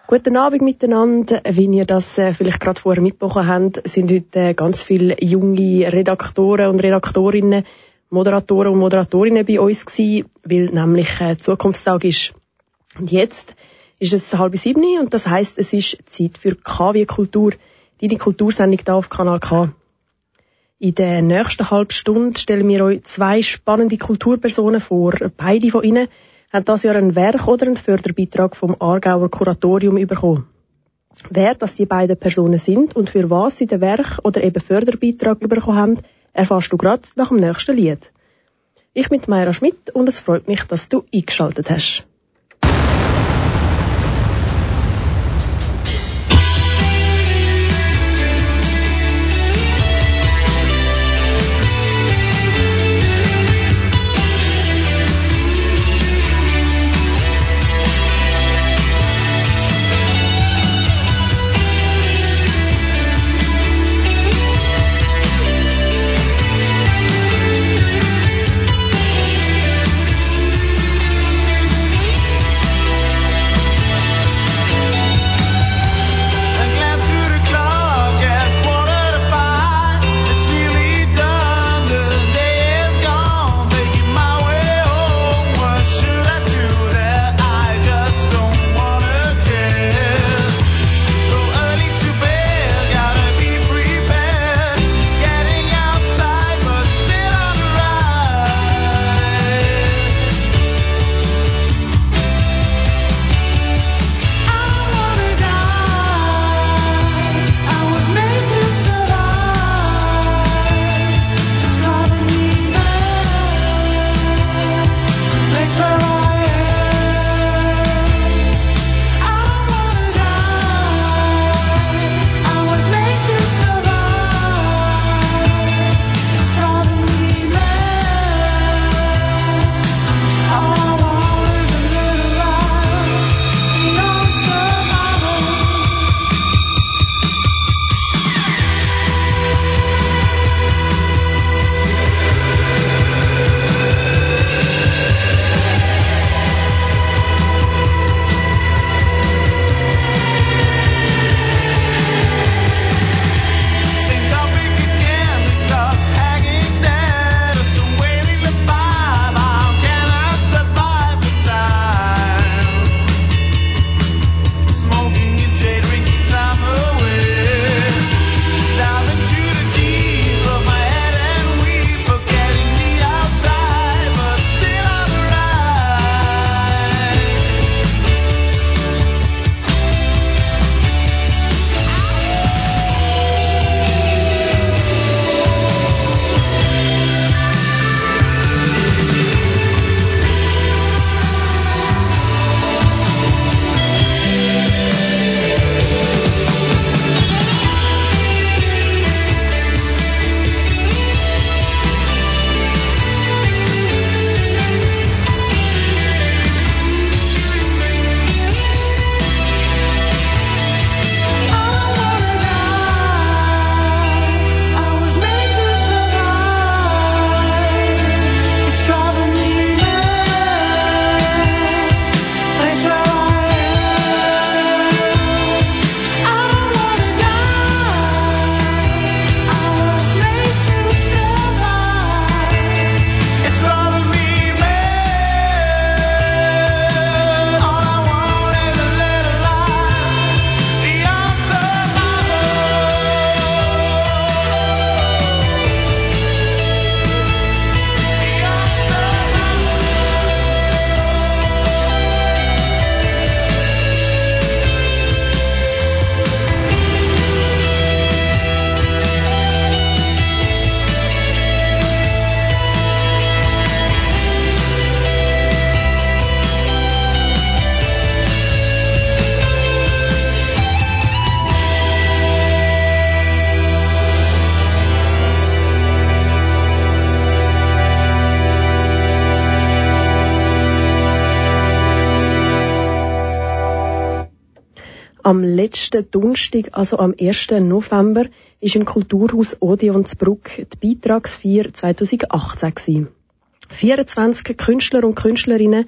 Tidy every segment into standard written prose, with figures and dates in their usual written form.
Guten Abend miteinander. Wie ihr das vielleicht gerade vorher mitbekommen habt, sind heute ganz viele junge Redaktoren und Redaktorinnen, Moderatoren und Moderatorinnen bei uns gewesen, weil nämlich Zukunftstag ist. Und jetzt ist es 6:30 und das heisst, es ist Zeit für KW Kultur, deine Kultursendung hier auf Kanal K. In der nächsten halben Stunde stellen wir euch 2 spannende Kulturpersonen vor. Beide von ihnen haben dieses Jahr ein Werk oder einen Förderbeitrag vom Aargauer Kuratorium bekommen. Wer das die beiden Personen sind und für was sie den Werk oder eben Förderbeitrag bekommen haben, erfährst du gerade nach dem nächsten Lied. Ich bin Mayra Schmidt und es freut mich, dass du eingeschaltet hast. Am letzten Donnerstag, also am 1. November, ist im Kulturhaus Odeon zu Brugg die Beitragsfeier 2018 gewesen. 24 Künstler und Künstlerinnen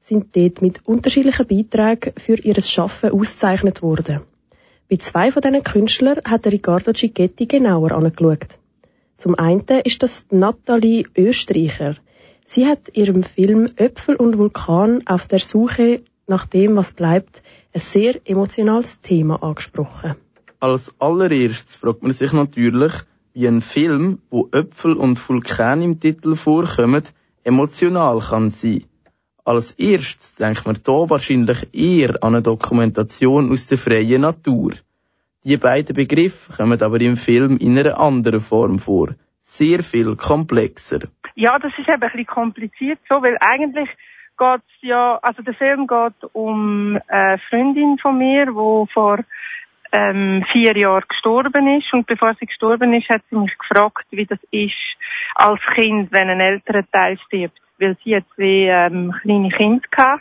sind dort mit unterschiedlichen Beiträgen für ihr Schaffen ausgezeichnet worden. Bei 2 von diesen Künstlern hat Riccardo Cicchetti genauer angeschaut. Zum einen ist das Nathalie Österreicher. Sie hat in ihrem Film «Äpfel und Vulkan auf der Suche nach dem, was bleibt», ein sehr emotionales Thema angesprochen. Als allererstes fragt man sich natürlich, wie ein Film, wo Äpfel und Vulkan im Titel vorkommen, emotional kann sein. Als erstes denkt man hier wahrscheinlich eher an eine Dokumentation aus der freien Natur. Die beiden Begriffe kommen aber im Film in einer anderen Form vor. Sehr viel komplexer. Ja, das ist eben ein bisschen kompliziert so, weil eigentlich geht's ja, also der Film geht um eine Freundin von mir, die vor 4 Jahren gestorben ist. Und bevor sie gestorben ist, hat sie mich gefragt, wie das ist als Kind, wenn ein älterer Teil stirbt. Weil sie hat 2 kleine Kinder gehabt.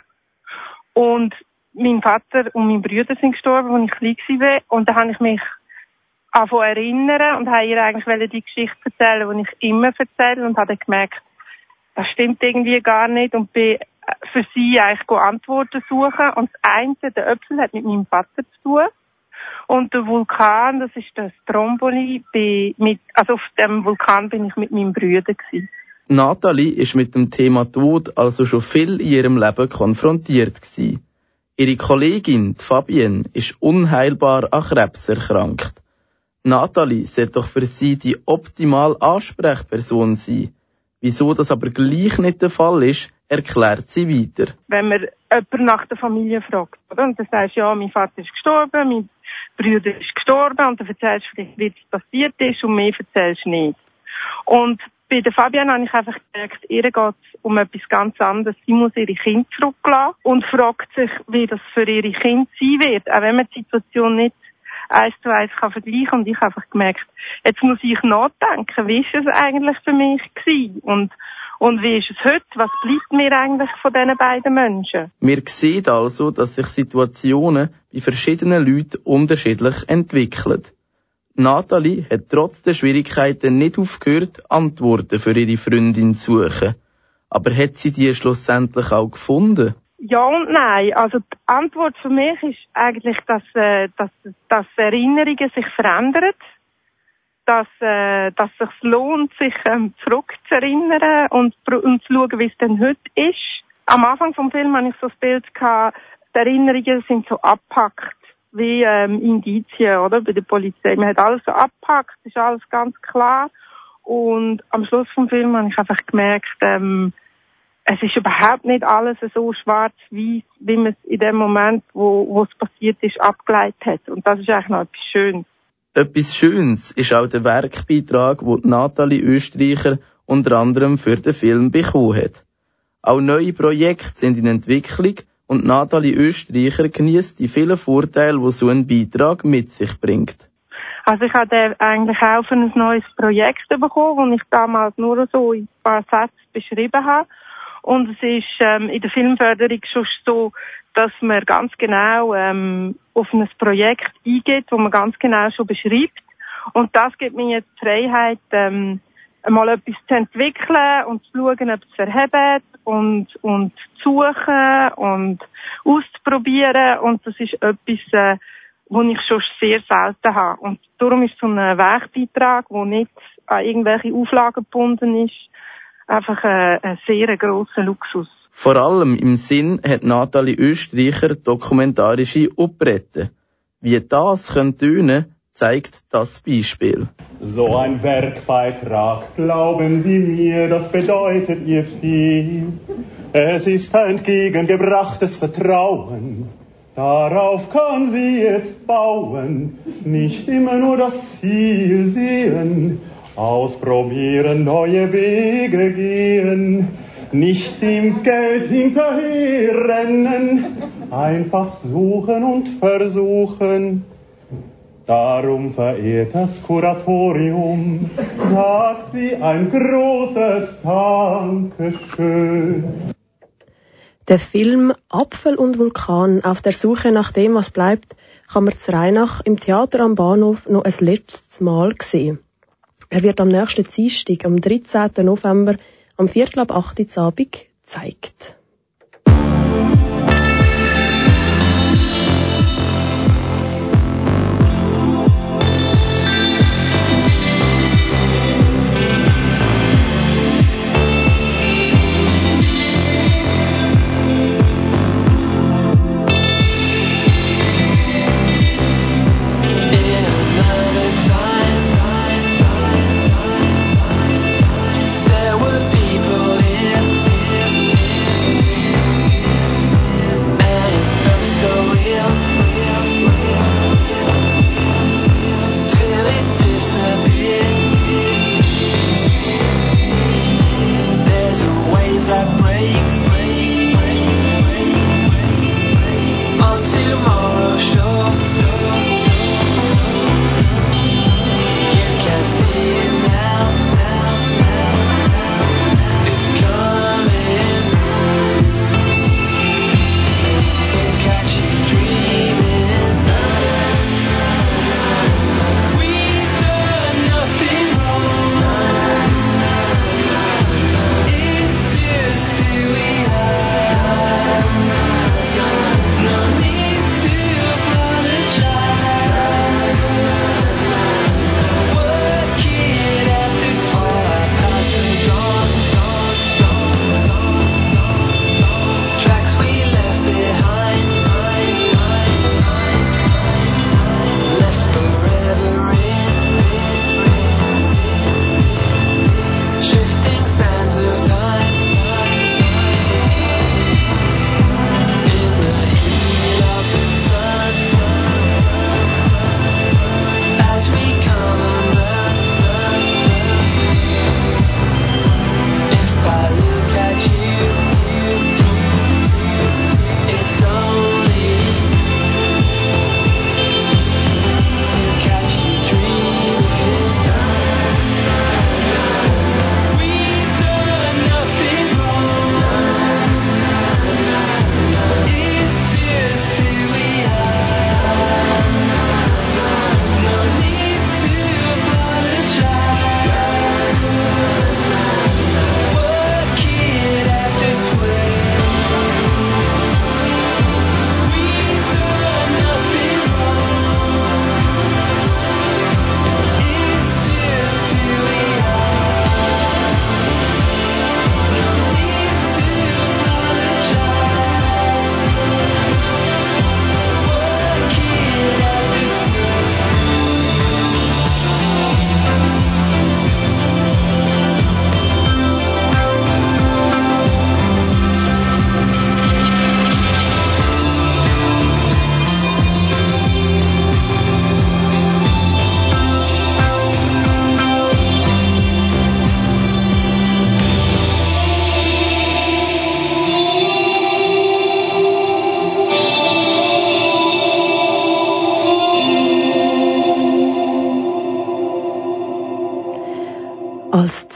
Und mein Vater und mein Bruder sind gestorben, als ich klein war. Und da habe ich mich angefangen erinnern und habe ihr eigentlich die Geschichte erzählen, die ich immer erzähle. Und habe dann gemerkt, das stimmt irgendwie gar nicht. Und bin für sie eigentlich Antworten suchen. Und das eine, der Äpfel, hat mit meinem Vater zu tun. Und der Vulkan, das ist das Stromboli. Auf dem Vulkan bin ich mit meinem Bruder gewesen. Nathalie ist mit dem Thema Tod also schon viel in ihrem Leben konfrontiert gewesen. Ihre Kollegin, Fabienne, ist unheilbar an Krebs erkrankt. Nathalie sollte doch für sie die optimale Ansprechperson sein. Wieso das aber gleich nicht der Fall ist, erklärt sie weiter. Wenn man jemanden nach der Familie fragt, oder? Und dann sagst du, ja, mein Vater ist gestorben, mein Bruder ist gestorben, und dann erzählst du vielleicht, wie es passiert ist, und mehr erzählst du nicht. Und bei der Fabienne habe ich einfach gemerkt, ihr geht es um etwas ganz anderes. Sie muss ihre Kinder zurücklassen und fragt sich, wie das für ihre Kinder sein wird, auch wenn man die Situation nicht 1:1 kann vergleichen. Und ich habe einfach gemerkt, jetzt muss ich nachdenken, wie ist es eigentlich für mich gewesen? Und wie ist es heute? Was bleibt mir eigentlich von diesen beiden Menschen? Wir sehen also, dass sich Situationen bei verschiedenen Leuten unterschiedlich entwickeln. Nathalie hat trotz der Schwierigkeiten nicht aufgehört, Antworten für ihre Freundin zu suchen. Aber hat sie die schlussendlich auch gefunden? Ja und nein. Also die Antwort für mich ist eigentlich, dass Erinnerungen sich verändern, dass es sich lohnt, sich zurückzuerinnern und zu schauen, wie es denn heute ist. Am Anfang vom Film hatte ich so das Bild gehabt, die Erinnerungen sind so abgepackt, wie Indizien, oder, bei der Polizei. Man hat alles so abgepackt, ist alles ganz klar. Und am Schluss vom Film habe ich einfach gemerkt, es ist überhaupt nicht alles so schwarz-weiß, wie man es in dem Moment, wo es passiert ist, abgeleitet hat. Und das ist eigentlich noch etwas Schönes. Etwas Schönes ist auch der Werkbeitrag, den Nathalie Österreicher unter anderem für den Film bekommen hat. Auch neue Projekte sind in Entwicklung und Nathalie Österreicher genießt die vielen Vorteile, die so ein Beitrag mit sich bringt. Also ich habe eigentlich auch für ein neues Projekt bekommen, das ich damals nur so in ein paar Sätzen beschrieben habe. Und es ist in der Filmförderung schon so, dass man ganz genau auf ein Projekt eingeht, wo man ganz genau schon beschreibt. Und das gibt mir jetzt die Freiheit, einmal etwas zu entwickeln und zu schauen, ob es verhebt und zu suchen und auszuprobieren. Und das ist etwas, was ich schon sehr selten habe. Und darum ist so ein Wegbeitrag, der nicht an irgendwelche Auflagen gebunden ist, einfach ein sehr grosser Luxus. Vor allem im Sinn hat Nathalie Österreicher dokumentarische Operette. Wie das tönen, zeigt das Beispiel. So ein Werkbeitrag, glauben Sie mir, das bedeutet ihr viel. Es ist ein entgegengebrachtes Vertrauen. Darauf kann sie jetzt bauen, nicht immer nur das Ziel sehen, ausprobieren, neue Wege gehen, nicht dem Geld hinterherrennen, einfach suchen und versuchen. Darum verehrt das Kuratorium, sagt sie ein großes Dankeschön. Der Film «Apfel und Vulkan auf der Suche nach dem, was bleibt» kann man in Rheinach im Theater am Bahnhof noch ein letztes Mal sehen. Er wird am nächsten Dienstag, am 13. November, am 7:45 Uhr gezeigt.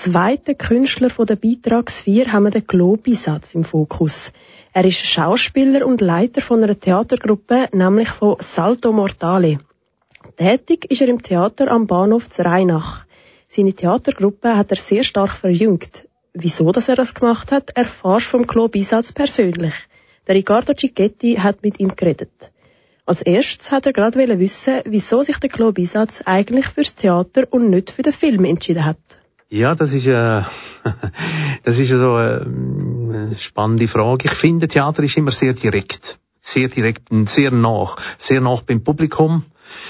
zweiten Künstler von der Beitragsvier haben wir den Globisatz im Fokus. Er ist Schauspieler und Leiter von einer Theatergruppe, nämlich von Salto Mortale. Tätig ist er im Theater am Bahnhof zu Rheinach. Seine Theatergruppe hat er sehr stark verjüngt. Wieso dass er das gemacht hat, erfährst du vom Globisatz persönlich. Der Riccardo Cicchetti hat mit ihm geredet. Als erstes hat er gerade wissen, wieso sich der Globisatz eigentlich fürs Theater und nicht für den Film entschieden hat. Ja, das ist so eine spannende Frage. Ich finde, Theater ist immer sehr direkt und sehr nah beim Publikum.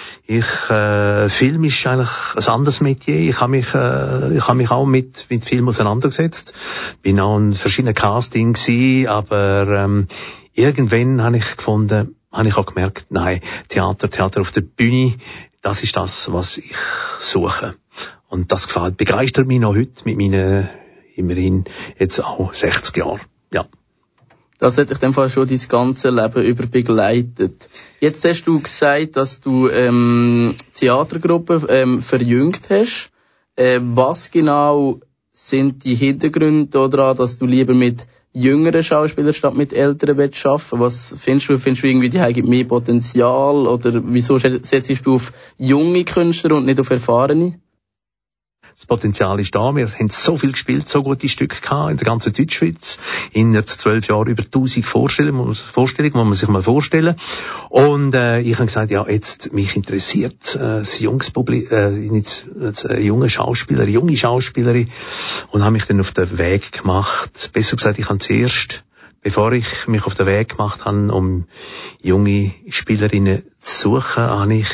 Film ist eigentlich ein anderes Metier. Ich habe mich auch mit Film auseinandergesetzt. Bin auch in verschiedenen Castings gewesen, aber irgendwann habe ich auch gemerkt, nein, Theater auf der Bühne, das ist das, was ich suche. Und das begeistert mich noch heute mit meinen, immerhin jetzt auch 60 Jahren. Ja. Das hat dich in dem Fall schon dein ganze Leben über begleitet. Jetzt hast du gesagt, dass du Theatergruppen verjüngt hast. Was genau sind die Hintergründe daran, dass du lieber mit jüngeren Schauspielern statt mit älteren willst arbeiten? Was findest du irgendwie, die haben mehr Potenzial? Oder wieso setzt du auf junge Künstler und nicht auf erfahrene? Das Potenzial ist da. Wir haben so viel gespielt, so gute Stücke gehabt in der ganzen Deutschschweiz. In 12 Jahren über 1000 Vorstellungen, muss man sich mal vorstellen. Und ich habe gesagt, ja, jetzt mich interessiert das junge Schauspieler, junge Schauspielerin, und habe mich dann auf den Weg gemacht. Besser gesagt, ich habe zuerst, bevor ich mich auf den Weg gemacht habe, um junge Spielerinnen zu suchen, habe ich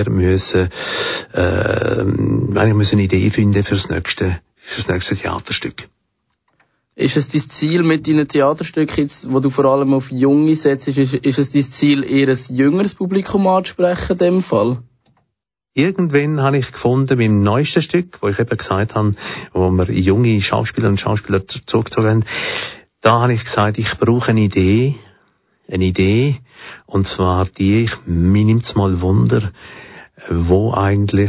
eine Idee finden fürs nächste Theaterstück. Ist es dein Ziel mit deinen Theaterstücken, wo du vor allem auf Junge setzt, ist es dein Ziel, eher ein jüngeres Publikum anzusprechen in dem Fall? Irgendwann habe ich gefunden, beim neuesten Stück, wo ich eben gesagt habe, wo wir junge Schauspieler und Schauspieler zugezogen haben, da habe ich gesagt, ich brauche eine Idee, und zwar mir nimmt's mal Wunder, wo eigentlich,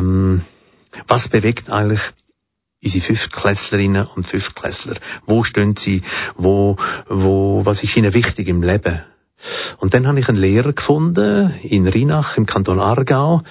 was bewegt eigentlich unsere Fünftklässlerinnen und Fünftklässler? Wo stehen sie? Was ist ihnen wichtig im Leben? Und dann habe ich einen Lehrer gefunden, in Rheinach, im Kanton Aargau,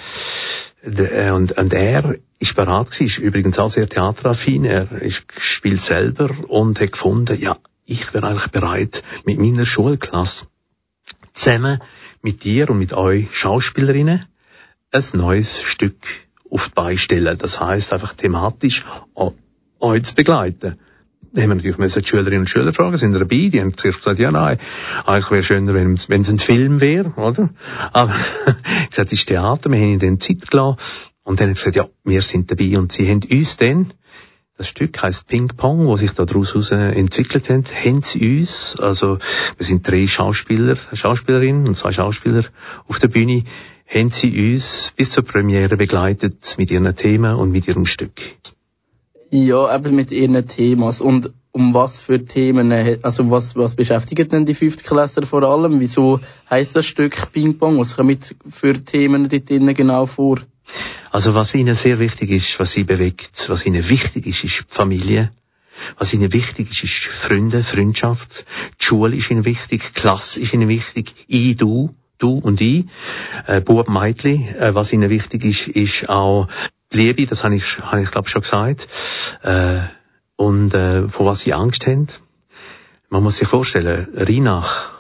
und er ist bereit gewesen, ist übrigens auch sehr theateraffin, er spielt selber und hat gefunden, ja, ich wäre eigentlich bereit, mit meiner Schulklasse zusammen mit dir und mit euch Schauspielerinnen ein neues Stück auf die Beine stellen. Das heisst, einfach thematisch euch zu begleiten. Da haben wir natürlich die Schülerinnen und Schüler fragen, sind ihr dabei? Die haben zuerst gesagt, ja, nein, eigentlich wäre es schöner, wenn es ein Film wäre, oder? Aber ich gesagt, das ist Theater, wir haben ihnen dann Zeit gelassen. Und dann haben sie gesagt, ja, wir sind dabei. Und sie haben uns dann, das Stück heisst Ping Pong, wo sich da daraus entwickelt haben sie uns, also wir sind 3 Schauspielerinnen und 2 Schauspieler auf der Bühne, haben sie uns bis zur Premiere begleitet mit ihren Themen und mit ihrem Stück. Ja, eben mit ihren Themas. Und um was für Themen, also was beschäftigen denn die Fünftklässler vor allem? Wieso heisst das Stück Ping Pong? Was kommen für Themen dort drinnen genau vor? Also was ihnen sehr wichtig ist, was sie bewegt, was ihnen wichtig ist die Familie. Was ihnen wichtig ist Freunde, Freundschaft. Die Schule ist ihnen wichtig, die Klasse ist ihnen wichtig, du und ich. Bub, Mädchen. Was ihnen wichtig ist auch die Liebe, das habe ich glaube schon gesagt. Und vor was sie Angst haben. Man muss sich vorstellen, Rheinach,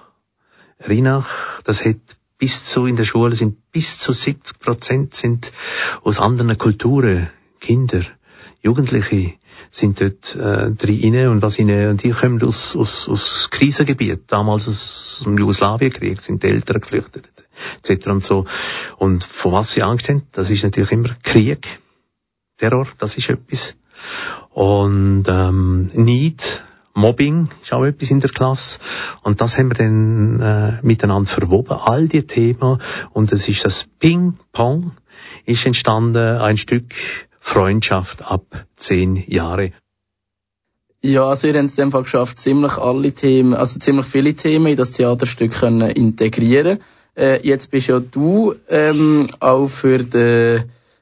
das hat in der Schule sind bis zu 70% sind aus anderen Kulturen, Kinder, Jugendliche sind dort drin und die kommen aus Krisengebieten, damals aus dem Jugoslawienkrieg, sind die Eltern geflüchtet, etc. und so. Und von was sie Angst haben, das ist natürlich immer Krieg, Terror, das ist etwas. Und Neid, Mobbing ist auch etwas in der Klasse. Und das haben wir dann miteinander verwoben, all die Themen. Und es ist das Ping-Pong, ist entstanden, ein Stück Freundschaft ab 10 Jahre. Ja, also ihr habt es in dem Fall geschafft, ziemlich viele Themen in das Theaterstück integrieren. Jetzt bist ja du auch für den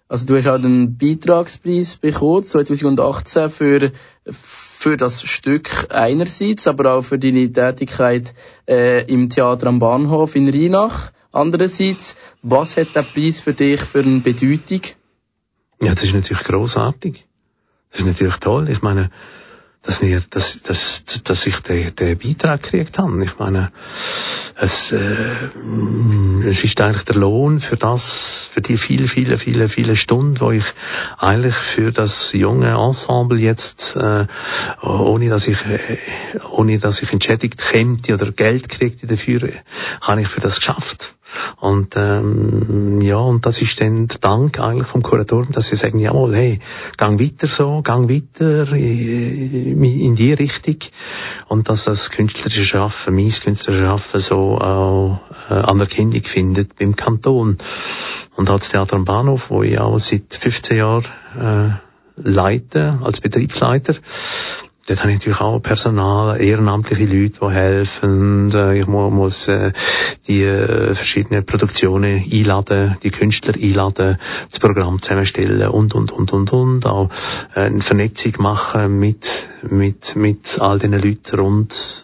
Also du hast auch den Beitragspreis bekommen, 2018, für das Stück einerseits, aber auch für deine Tätigkeit im Theater am Bahnhof in Rheinach. Andererseits, was hat der Preis für dich für eine Bedeutung? Ja, das ist natürlich grossartig. Das ist natürlich toll. Ich meine, dass ich den Beitrag gekriegt habe. Ich meine, es ist eigentlich der Lohn für die viele Stunden, wo ich eigentlich für das junge Ensemble jetzt, ohne dass ich entschädigt kämte oder Geld kriegte dafür, habe ich für das geschafft. Und und das ist dann der Dank eigentlich vom Kuratorium, dass sie sagen, jawohl, hey, gang weiter in die Richtung, und dass das mein künstlerisches Schaffen so auch Anerkennung findet beim Kanton. Und als Theater am Bahnhof, wo ich auch seit 15 Jahren leite, als Betriebsleiter, dort habe ich natürlich auch Personal, ehrenamtliche Leute, die helfen. Ich muss die verschiedenen Produktionen einladen, die Künstler einladen, das Programm zusammenstellen und. Auch eine Vernetzung machen mit all diesen Leuten rund,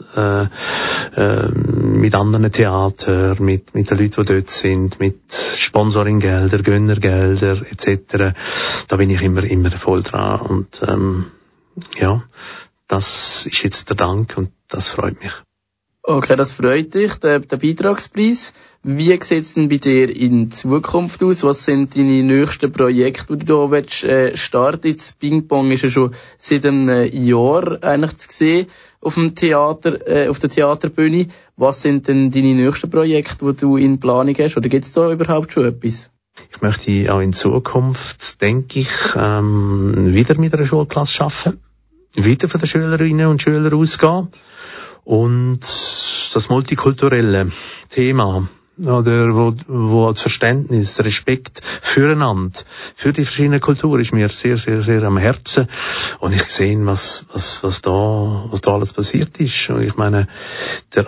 mit anderen Theatern, mit den Leuten, die dort sind, mit Sponsoringgelder, Gönnergelder etc. Da bin ich immer voll dran. Und das ist jetzt der Dank und das freut mich. Okay, das freut dich, der Beitragspreis. Wie sieht es denn bei dir in Zukunft aus? Was sind deine nächsten Projekte, die du hier starten willst? Das Ping-Pong ist ja schon seit einem Jahr eigentlich zu sehen auf dem Theater, auf der Theaterbühne. Was sind denn deine nächsten Projekte, die du in Planung hast? Oder gibt es da überhaupt schon etwas? Ich möchte auch in Zukunft, denke ich, wieder mit einer Schulklasse arbeiten. Wieder von den Schülerinnen und Schülern ausgehen und das multikulturelle Thema, oder wo das Verständnis, Respekt füreinander, für die verschiedenen Kulturen ist mir sehr, sehr, sehr am Herzen, und ich sehe, was da alles passiert ist. Und ich meine, der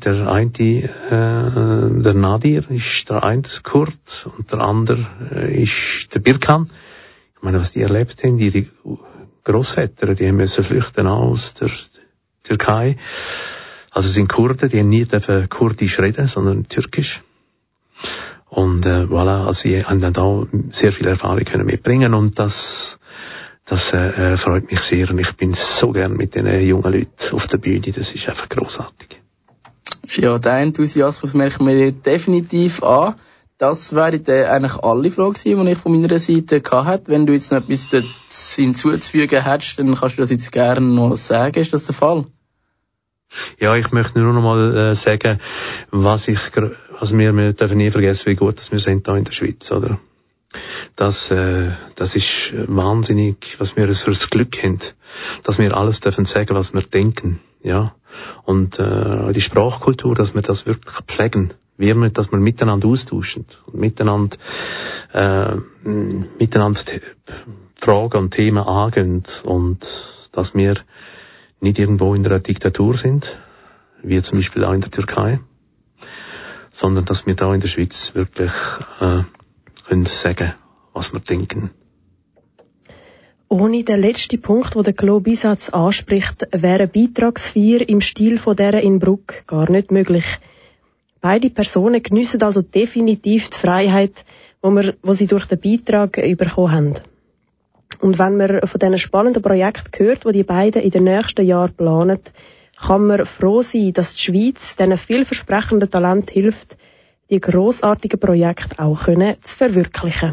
Nadir ist der eine Kurd und der andere ist der Birkan. Ich meine, was die erlebt haben, ihre Großväter, die müssen flüchten aus der Türkei. Also sind Kurden, die haben nie Kurdisch reden, sondern Türkisch. Und voilà, also sie haben dann da sehr viel Erfahrung können mitbringen, und das freut mich sehr, und ich bin so gern mit den jungen Leuten auf der Bühne. Das ist einfach grossartig. Ja, der Enthusiasmus merken wir definitiv an. Das wären eigentlich alle Fragen, die ich von meiner Seite hatte. Wenn du jetzt noch etwas hinzuzufügen hättest, dann kannst du das jetzt gerne noch sagen. Ist das der Fall? Ja, ich möchte nur noch mal sagen, was wir dürfen nie vergessen, wie gut dass wir sind da in der Schweiz, oder? Das ist wahnsinnig, was wir für das Glück haben, dass wir alles dürfen sagen, was wir denken, ja. Und die Sprachkultur, dass wir das wirklich pflegen. Dass wir miteinander austauschen und miteinander Fragen und Themen angehen, und dass wir nicht irgendwo in einer Diktatur sind, wie zum Beispiel auch in der Türkei, sondern dass wir da in der Schweiz wirklich können sagen, was wir denken. Ohne den letzten Punkt, den der Claude Bisatz anspricht, wäre Beitragsfeier im Stil von der in Bruck gar nicht möglich. Beide Personen geniessen also definitiv die Freiheit, wo sie durch den Beitrag bekommen haben. Und wenn man von diesen spannenden Projekten hört, die beiden in den nächsten Jahren planen, kann man froh sein, dass die Schweiz diesen vielversprechenden Talenten hilft, die grossartigen Projekte auch zu verwirklichen.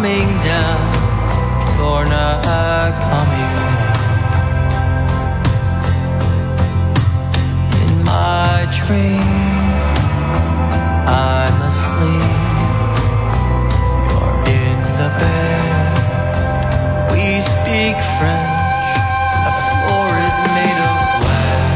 coming down, you're not coming down. In my dream, I'm asleep. You're in the bed. We speak French. The floor is made of glass.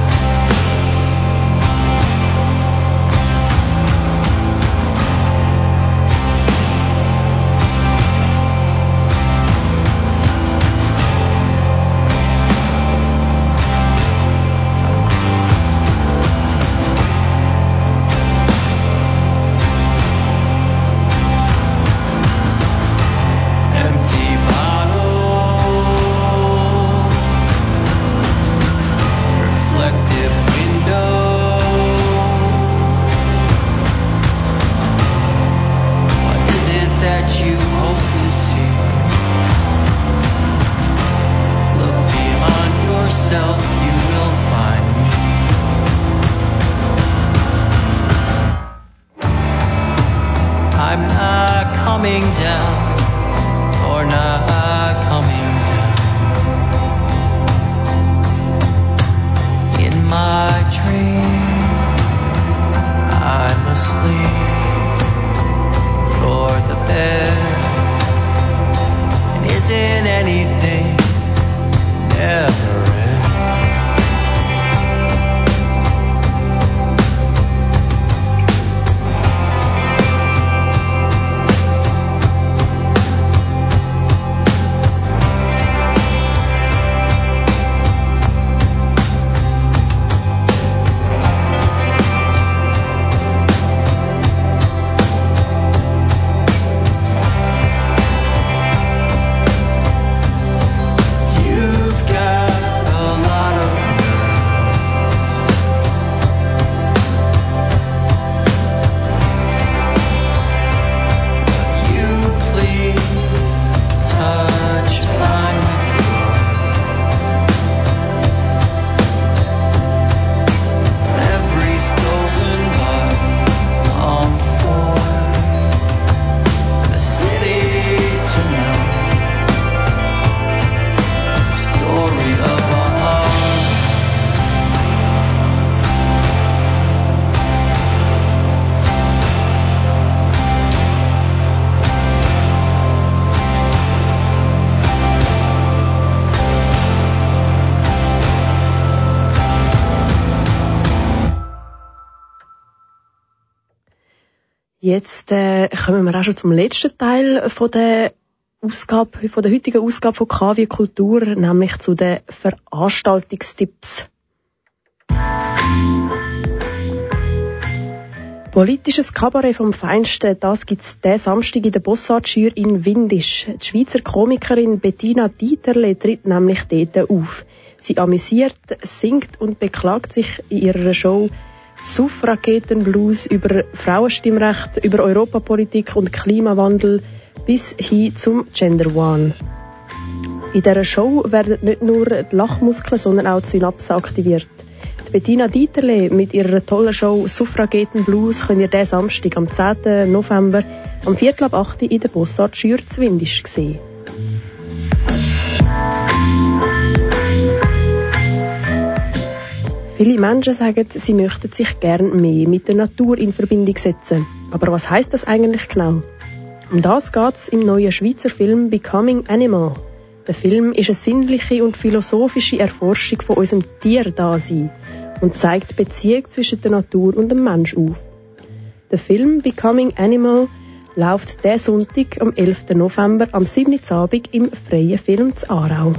Jetzt kommen wir auch schon zum letzten Teil von der heutigen Ausgabe von KW Kultur, nämlich zu den Veranstaltungstipps. Politisches Kabarett vom Feinsten, das gibt's diesen Samstag in der Bossartschür in Windisch. Die Schweizer Komikerin Bettina Dieterle tritt nämlich dort auf. Sie amüsiert, singt und beklagt sich in ihrer Show Suffragettenblues über Frauenstimmrecht, über Europapolitik und Klimawandel bis hin zum Gender One. In dieser Show werden nicht nur die Lachmuskeln, sondern auch die Synapsen aktiviert. Die Bettina Dieterle mit ihrer tollen Show Suffragettenblues könnt ihr diesen Samstag am 10. November am 7:45 in der Bossartschür zu Windisch sehen. Viele Menschen sagen, sie möchten sich gern mehr mit der Natur in Verbindung setzen. Aber was heisst das eigentlich genau? Um das geht's im neuen Schweizer Film Becoming Animal. Der Film ist eine sinnliche und philosophische Erforschung von unserem Tierdasein und zeigt die Beziehung zwischen der Natur und dem Mensch auf. Der Film Becoming Animal läuft diesen Sonntag am 11. November am 7. Abend im Freien Film zu Aarau.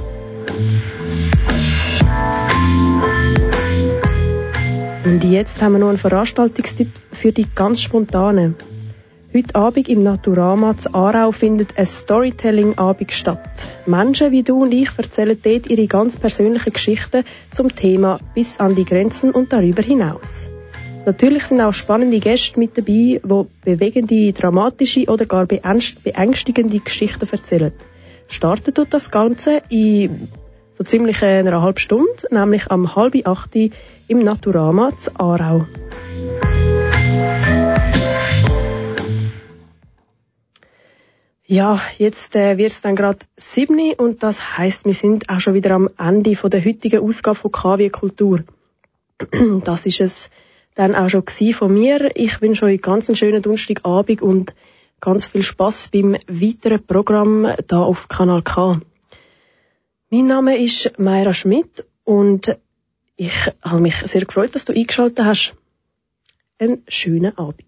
Und jetzt haben wir noch einen Veranstaltungstipp für die ganz Spontanen. Heute Abend im Naturama zu Aarau findet ein Storytelling-Abend statt. Menschen wie du und ich erzählen dort ihre ganz persönlichen Geschichten zum Thema bis an die Grenzen und darüber hinaus. Natürlich sind auch spannende Gäste mit dabei, die bewegende, dramatische oder gar beängstigende Geschichten erzählen. Startet tut das Ganze in so ziemlich einer halben Stunde, nämlich am 7:30 im Naturama zu Aarau. Ja, jetzt wird's dann gerade 7 und das heisst, wir sind auch schon wieder am Ende von der heutigen Ausgabe von KW Kultur. Das ist es dann auch schon von mir. Ich wünsche euch ganz einen schönen Donnerstagabend und ganz viel Spass beim weiteren Programm da auf Kanal K. Mein Name ist Mayra Schmidt und ich habe mich sehr gefreut, dass du eingeschaltet hast. Einen schönen Abend.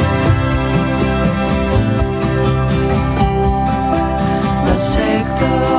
Let's take the